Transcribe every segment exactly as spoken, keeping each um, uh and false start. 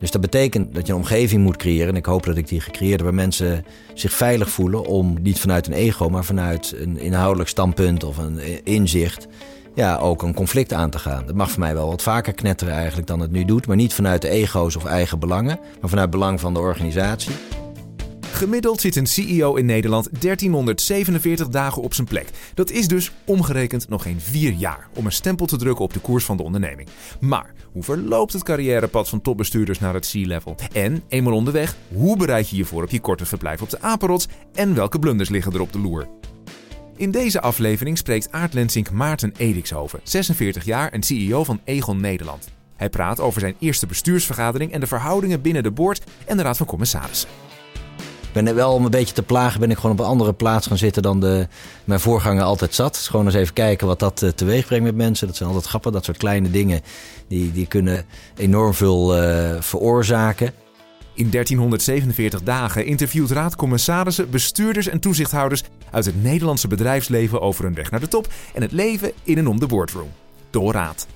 Dus dat betekent dat je een omgeving moet creëren, en ik hoop dat ik die gecreëerd heb, waar mensen zich veilig voelen om niet vanuit een ego, maar vanuit een inhoudelijk standpunt of een inzicht, ja, ook een conflict aan te gaan. Dat mag voor mij wel wat vaker knetteren eigenlijk dan het nu doet, maar niet vanuit de ego's of eigen belangen, maar vanuit het belang van de organisatie. Gemiddeld zit een C E O in Nederland dertienhonderdzevenenveertig dagen op zijn plek. Dat is dus omgerekend nog geen vier jaar om een stempel te drukken op de koers van de onderneming. Maar hoe verloopt het carrièrepad van topbestuurders naar het C-level? En, eenmaal onderweg, hoe bereid je je voor op je korte verblijf op de apenrots en welke blunders liggen er op de loer? In deze aflevering spreekt Aart-Lensink Maarten Edikshoven, zesenveertig jaar en C E O van Aegon Nederland. Hij praat over zijn eerste bestuursvergadering en de verhoudingen binnen de board en de Raad van Commissarissen. Ik ben er wel om een beetje te plagen, ben ik gewoon op een andere plaats gaan zitten dan de, mijn voorganger altijd zat. Dus gewoon eens even kijken wat dat uh, teweeg brengt met mensen. Dat zijn altijd grappig, dat soort kleine dingen die, die kunnen enorm veel uh, veroorzaken. In dertienhonderdzevenenveertig dagen interviewt raadcommissarissen, bestuurders en toezichthouders uit het Nederlandse bedrijfsleven over hun weg naar de top en het leven in en om de boardroom. Door Raad.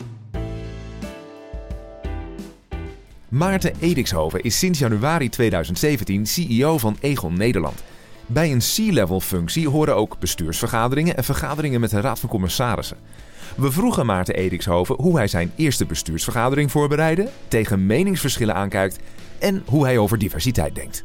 Maarten Edikshoven is sinds januari tweeduizend zeventien C E O van Aegon Nederland. Bij een C-level functie horen ook bestuursvergaderingen en vergaderingen met de Raad van Commissarissen. We vroegen Maarten Edikshoven hoe hij zijn eerste bestuursvergadering voorbereidde, tegen meningsverschillen aankijkt en hoe hij over diversiteit denkt.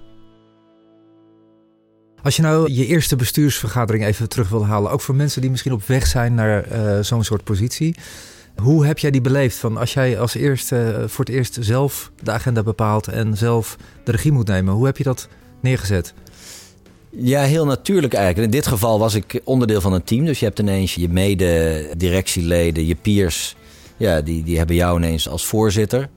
Als je nou je eerste bestuursvergadering even terug wil halen, ook voor mensen die misschien op weg zijn naar uh, zo'n soort positie. Hoe heb jij die beleefd? Van als jij als eerste voor het eerst zelf de agenda bepaalt en zelf de regie moet nemen, hoe heb je dat neergezet? Ja, heel natuurlijk eigenlijk. In dit geval was ik onderdeel van een team. Dus je hebt ineens je mede-directieleden, je peers, ja, die, die hebben jou ineens als voorzitter.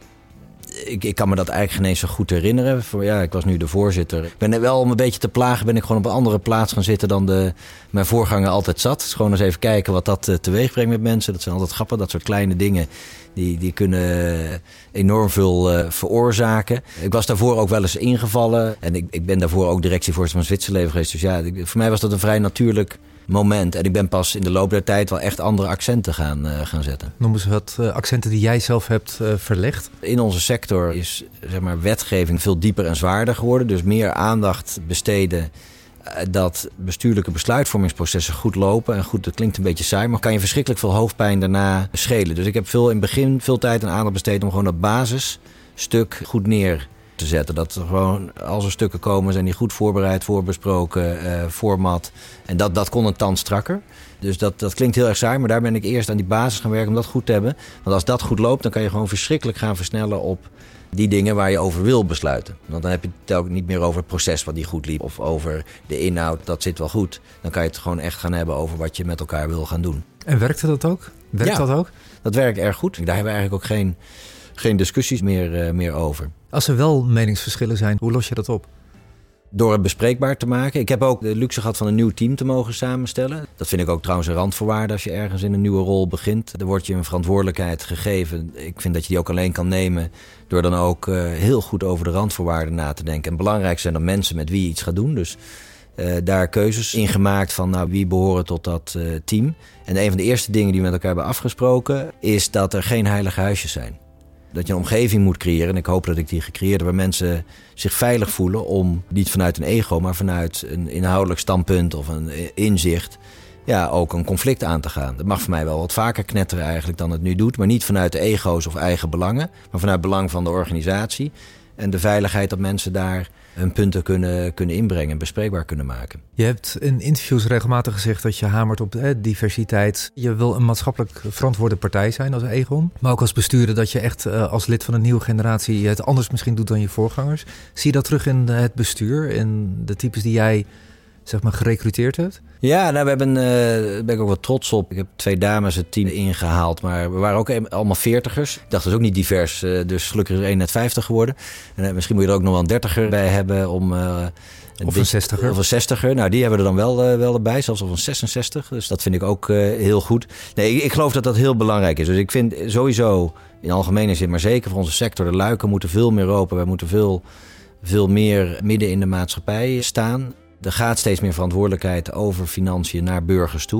Ik, ik kan me dat eigenlijk geen eens zo goed herinneren. Voor, ja, ik was nu de voorzitter. Ik ben er wel om een beetje te plagen, ben ik gewoon op een andere plaats gaan zitten dan de, mijn voorganger altijd zat. Dus gewoon eens even kijken wat dat uh, teweeg brengt met mensen. Dat zijn altijd grappig, dat soort kleine dingen. Die, die kunnen enorm veel uh, veroorzaken. Ik was daarvoor ook wel eens ingevallen. En ik, ik ben daarvoor ook directievoorzitter van Zwitserleven geweest. Dus ja, ik, voor mij was dat een vrij natuurlijk moment. En ik ben pas in de loop der tijd wel echt andere accenten gaan, uh, gaan zetten. Noem eens wat uh, accenten die jij zelf hebt uh, verlegd. In onze sector is, zeg maar, wetgeving veel dieper en zwaarder geworden. Dus meer aandacht besteden uh, dat bestuurlijke besluitvormingsprocessen goed lopen. En goed, dat klinkt een beetje saai, maar kan je verschrikkelijk veel hoofdpijn daarna schelen. Dus ik heb veel in het begin veel tijd en aandacht besteed om gewoon dat basisstuk goed neer te zetten. Dat er gewoon, als er stukken komen, zijn die goed voorbereid, voorbesproken, uh, format. En dat, dat kon een tand strakker. Dus dat, dat klinkt heel erg saai, maar daar ben ik eerst aan die basis gaan werken om dat goed te hebben. Want als dat goed loopt, dan kan je gewoon verschrikkelijk gaan versnellen op die dingen waar je over wil besluiten. Want dan heb je het ook niet meer over het proces wat die goed liep of over de inhoud, dat zit wel goed. Dan kan je het gewoon echt gaan hebben over wat je met elkaar wil gaan doen. En werkte dat ook? Werkt ja, dat ook? Dat werkt erg goed. Daar hebben we eigenlijk ook geen, geen discussies meer, uh, meer over. Als er wel meningsverschillen zijn, hoe los je dat op? Door het bespreekbaar te maken. Ik heb ook de luxe gehad van een nieuw team te mogen samenstellen. Dat vind ik ook trouwens een randvoorwaarde als je ergens in een nieuwe rol begint. Er wordt je een verantwoordelijkheid gegeven. Ik vind dat je die ook alleen kan nemen door dan ook uh, heel goed over de randvoorwaarden na te denken. En belangrijk zijn dan mensen met wie je iets gaat doen. Dus uh, daar keuzes in gemaakt van nou, wie behoren tot dat uh, team. En een van de eerste dingen die we met elkaar hebben afgesproken is dat er geen heilige huisjes zijn. Dat je een omgeving moet creëren, en ik hoop dat ik die gecreëerd heb, waar mensen zich veilig voelen om niet vanuit een ego, maar vanuit een inhoudelijk standpunt of een inzicht, ja, ook een conflict aan te gaan. Dat mag voor mij wel wat vaker knetteren eigenlijk dan het nu doet, maar niet vanuit de ego's of eigen belangen, maar vanuit het belang van de organisatie en de veiligheid dat mensen daar hun punten kunnen, kunnen inbrengen en bespreekbaar kunnen maken. Je hebt in interviews regelmatig gezegd dat je hamert op eh, diversiteit. Je wil een maatschappelijk verantwoorde partij zijn als Aegon. Maar ook als bestuurder dat je echt uh, als lid van een nieuwe generatie het anders misschien doet dan je voorgangers. Zie je dat terug in het bestuur, in de types die jij, zeg maar, gerecruiteerd hebt? Ja, nou, we hebben, uh, daar ben ik ook wel trots op. Ik heb twee dames het team ingehaald, maar we waren ook allemaal veertigers. Ik dacht, dat is ook niet divers, uh, dus gelukkig is er één net vijftig geworden. En uh, misschien moet je er ook nog wel een dertiger bij hebben om... Uh, een of een zestiger. Of een zestiger. Nou, die hebben we er dan wel, uh, wel erbij, zelfs of een zesenzestig. Dus dat vind ik ook uh, heel goed. Nee, ik, ik geloof dat dat heel belangrijk is. Dus ik vind sowieso in algemene zin, maar zeker voor onze sector, de luiken moeten veel meer open. Wij moeten veel, veel meer midden in de maatschappij staan. Er gaat steeds meer verantwoordelijkheid over financiën naar burgers toe.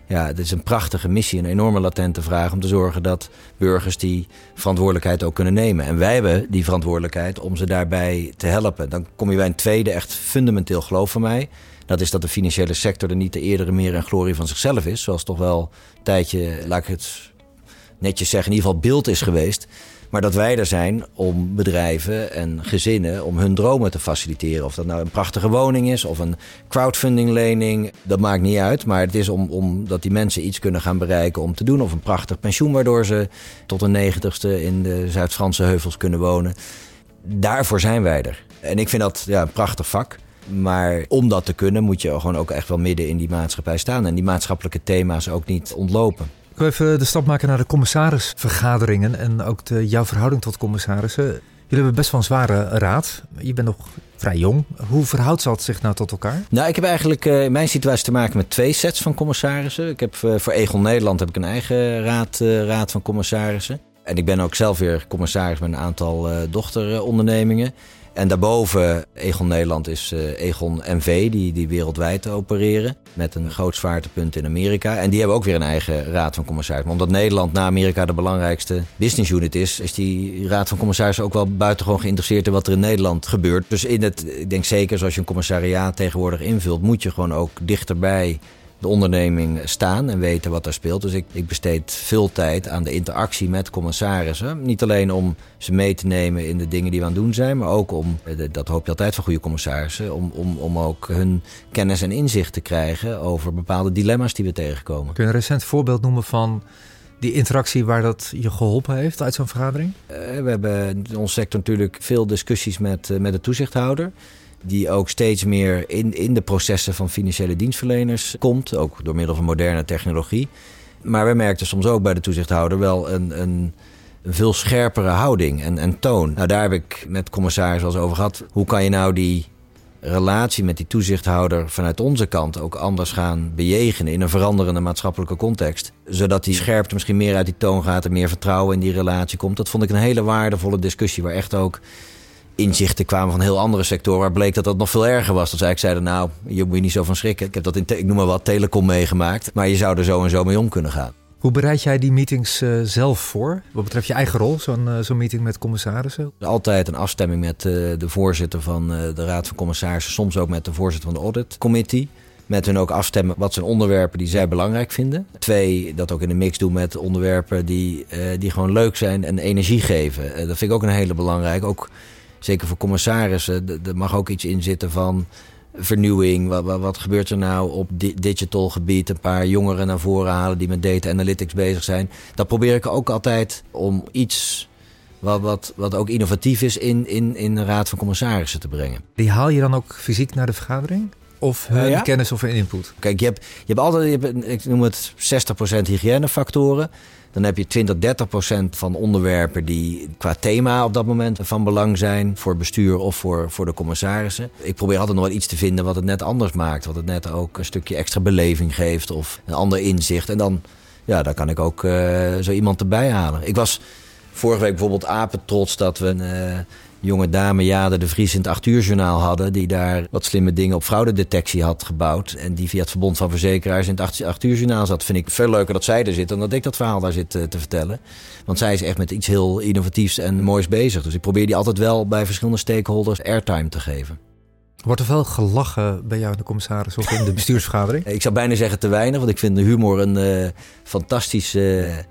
Ja, het is een prachtige missie, een enorme latente vraag om te zorgen dat burgers die verantwoordelijkheid ook kunnen nemen. En wij hebben die verantwoordelijkheid om ze daarbij te helpen. Dan kom je bij een tweede echt fundamenteel geloof van mij. Dat is dat de financiële sector er niet de eerdere meer en glorie van zichzelf is. Zoals toch wel een tijdje, laat ik het netjes zeggen, in ieder geval beeld is geweest. Maar dat wij er zijn om bedrijven en gezinnen om hun dromen te faciliteren. Of dat nou een prachtige woning is of een crowdfundinglening, dat maakt niet uit. Maar het is om, om dat die mensen iets kunnen gaan bereiken om te doen. Of een prachtig pensioen waardoor ze tot een negentigste in de Zuid-Franse heuvels kunnen wonen. Daarvoor zijn wij er. En ik vind dat ja, een prachtig vak. Maar om dat te kunnen moet je gewoon ook echt wel midden in die maatschappij staan. En die maatschappelijke thema's ook niet ontlopen. Ik wil even de stap maken naar de commissarisvergaderingen en ook de, jouw verhouding tot commissarissen. Jullie hebben best wel een zware raad. Je bent nog vrij jong. Hoe verhoudt dat zich nou tot elkaar? Nou, ik heb eigenlijk uh, in mijn situatie te maken met twee sets van commissarissen. Ik heb uh, voor Egon Nederland heb ik een eigen raad, uh, raad van commissarissen. En ik ben ook zelf weer commissaris met een aantal uh, dochterondernemingen. En daarboven, Egon Nederland is uh, Egon N V, die, die wereldwijd opereren. Met een groot zwaartepunt in Amerika. En die hebben ook weer een eigen raad van commissarissen. Maar omdat Nederland na Amerika de belangrijkste business unit is, is die raad van commissarissen ook wel buitengewoon geïnteresseerd in wat er in Nederland gebeurt. Dus in het, ik denk zeker zoals je een commissariaat tegenwoordig invult, moet je gewoon ook dichterbij de onderneming staan en weten wat er speelt. Dus ik, ik besteed veel tijd aan de interactie met commissarissen. Niet alleen om ze mee te nemen in de dingen die we aan het doen zijn, maar ook om, dat hoop je altijd van goede commissarissen, om, om, om ook hun kennis en inzicht te krijgen over bepaalde dilemma's die we tegenkomen. Kun je een recent voorbeeld noemen van die interactie waar dat je geholpen heeft uit zo'n vergadering? Uh, we hebben in onze sector natuurlijk veel discussies met, uh, met de toezichthouder. Die ook steeds meer in, in de processen van financiële dienstverleners komt. Ook door middel van moderne technologie. Maar we merkten soms ook bij de toezichthouder wel een, een, een veel scherpere houding en, en toon. Nou, daar heb ik met commissaris wel eens over gehad. Hoe kan je nou die relatie met die toezichthouder vanuit onze kant ook anders gaan bejegenen in een veranderende maatschappelijke context. Zodat die scherpte misschien meer uit die toon gaat en meer vertrouwen in die relatie komt. Dat vond ik een hele waardevolle discussie waar echt ook inzichten kwamen van heel andere sectoren, waar bleek dat dat nog veel erger was. Dus eigenlijk zeiden, nou, hier moet je niet zo van schrikken. Ik heb dat in, te- ik noem maar wat, telecom meegemaakt. Maar je zou er zo en zo mee om kunnen gaan. Hoe bereid jij die meetings uh, zelf voor? Wat betreft je eigen rol, zo'n, uh, zo'n meeting met commissarissen? Altijd een afstemming met uh, de voorzitter van uh, de Raad van Commissarissen. Soms ook met de voorzitter van de Audit Committee. Met hun ook afstemmen wat zijn onderwerpen die zij belangrijk vinden. Twee, dat ook in een mix doen met onderwerpen die, uh, die gewoon leuk zijn en energie geven. Uh, dat vind ik ook een hele belangrijke. Ook zeker voor commissarissen, er mag ook iets in zitten van vernieuwing. Wat, wat, wat gebeurt er nou op di- digital gebied? Een paar jongeren naar voren halen die met data analytics bezig zijn. Dat probeer ik ook altijd om iets wat, wat, wat ook innovatief is in, in, in de Raad van Commissarissen te brengen. Die haal je dan ook fysiek naar de vergadering? Of hun uh, ja? kennis of hun input? Kijk, je hebt, je hebt altijd, je hebt, ik noem het zestig procent hygiënefactoren. Dan heb je twintig, dertig procent van onderwerpen die qua thema op dat moment van belang zijn voor bestuur of voor, voor de commissarissen. Ik probeer altijd nog wel iets te vinden wat het net anders maakt. Wat het net ook een stukje extra beleving geeft of een ander inzicht. En dan, ja, dan kan ik ook uh, zo iemand erbij halen. Ik was vorige week bijvoorbeeld apetrots dat we een uh, jonge dame, Jade de Vries, in het acht uur journaal hadden. Die daar wat slimme dingen op fraudedetectie had gebouwd. En die via het Verbond van Verzekeraars in het acht uur journaal zat. Vind ik veel leuker dat zij er zit dan dat ik dat verhaal daar zit uh, te vertellen. Want zij is echt met iets heel innovatiefs en moois bezig. Dus ik probeer die altijd wel bij verschillende stakeholders airtime te geven. Wordt er veel gelachen bij jou in de commissaris of in de bestuursvergadering? Ik zou bijna zeggen te weinig, want ik vind de humor een uh, fantastische Uh,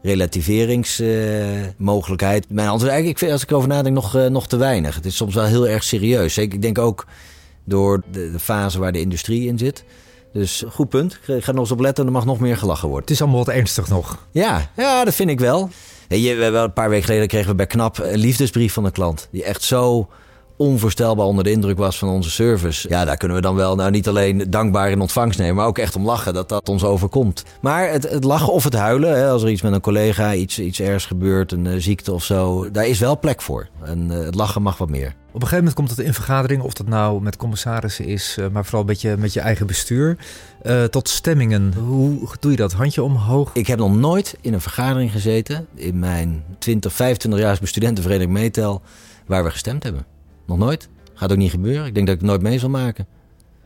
relativeringsmogelijkheid. Uh, Mijn antwoord is eigenlijk, ik vind, als ik erover nadenk, nog, uh, nog te weinig. Het is soms wel heel erg serieus. Zeker, ik denk ook door de, de fase waar de industrie in zit. Dus goed punt. Ik ga er nog eens op letten, er mag nog meer gelachen worden. Het is allemaal wat ernstig nog. Ja, ja, dat vind ik wel. Je, we, wel een paar weken geleden kregen we bij Knap een liefdesbrief van een klant. Die echt zo onvoorstelbaar onder de indruk was van onze service. Ja, daar kunnen we dan wel nou niet alleen dankbaar in ontvangst nemen, maar ook echt om lachen dat dat ons overkomt. Maar het, het lachen of het huilen, hè, als er iets met een collega, iets, iets ergs gebeurt, een uh, ziekte of zo, daar is wel plek voor. En uh, het lachen mag wat meer. Op een gegeven moment komt het in vergadering, of dat nou met commissarissen is, uh, maar vooral een beetje met je eigen bestuur, uh, tot stemmingen. Hoe doe je dat? Handje omhoog? Ik heb nog nooit in een vergadering gezeten, in mijn twintig, vijfentwintig jaar als bij studentenvereniging Meetel, waar we gestemd hebben. Nog nooit. Gaat ook niet gebeuren. Ik denk dat ik het nooit mee zal maken.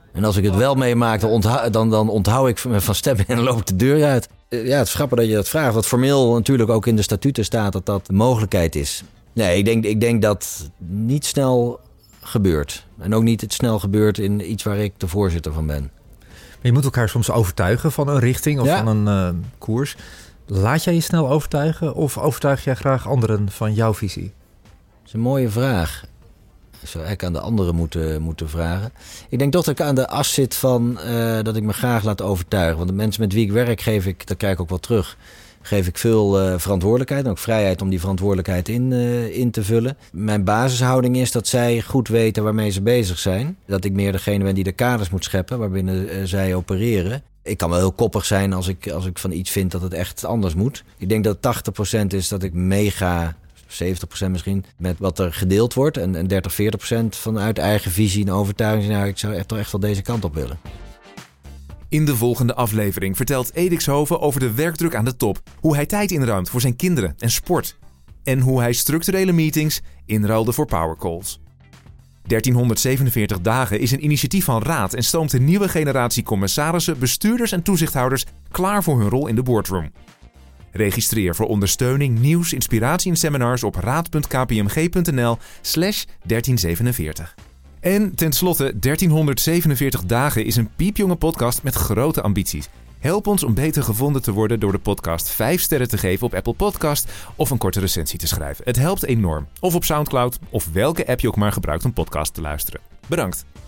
En als ik het wel meemaak, dan, onthoud, dan, dan onthoud ik me van stemmen en loop ik de deur uit. Ja, het is grappig dat je dat vraagt. Want formeel natuurlijk ook in de statuten staat dat dat de mogelijkheid is. Nee, ik denk, ik denk dat niet snel gebeurt. En ook niet het snel gebeurt in iets waar ik de voorzitter van ben. Maar je moet elkaar soms overtuigen van een richting of ja. van een uh, koers. Laat jij je snel overtuigen of overtuig jij graag anderen van jouw visie? Dat is een mooie vraag. Ik zou eigenlijk aan de anderen moeten, moeten vragen. Ik denk toch dat ik aan de as zit van uh, dat ik me graag laat overtuigen. Want de mensen met wie ik werk geef ik, dat krijg ik ook wel terug, geef ik veel uh, verantwoordelijkheid en ook vrijheid om die verantwoordelijkheid in, uh, in te vullen. Mijn basishouding is dat zij goed weten waarmee ze bezig zijn. Dat ik meer degene ben die de kaders moet scheppen waarbinnen uh, zij opereren. Ik kan wel heel koppig zijn als ik, als ik van iets vind dat het echt anders moet. Ik denk dat tachtig procent is dat ik meega, zeventig procent misschien, met wat er gedeeld wordt. En, en dertig, veertig procent vanuit eigen visie en overtuiging. Nou, ik zou echt, toch echt wel deze kant op willen. In de volgende aflevering vertelt Edixhoven over de werkdruk aan de top. Hoe hij tijd inruimt voor zijn kinderen en sport. En hoe hij structurele meetings inruilde voor powercalls. dertienhonderdzevenenveertig dagen is een initiatief van Raad en stoomt een nieuwe generatie commissarissen, bestuurders en toezichthouders klaar voor hun rol in de boardroom. Registreer voor ondersteuning, nieuws, inspiratie en seminars op raad.kpmg.nl slash dertienhonderdzevenenveertig. En tenslotte, dertienhonderdzevenenveertig dagen is een piepjonge podcast met grote ambities. Help ons om beter gevonden te worden door de podcast vijf sterren te geven op Apple Podcast of een korte recensie te schrijven. Het helpt enorm. Of op Soundcloud of welke app je ook maar gebruikt om podcast te luisteren. Bedankt.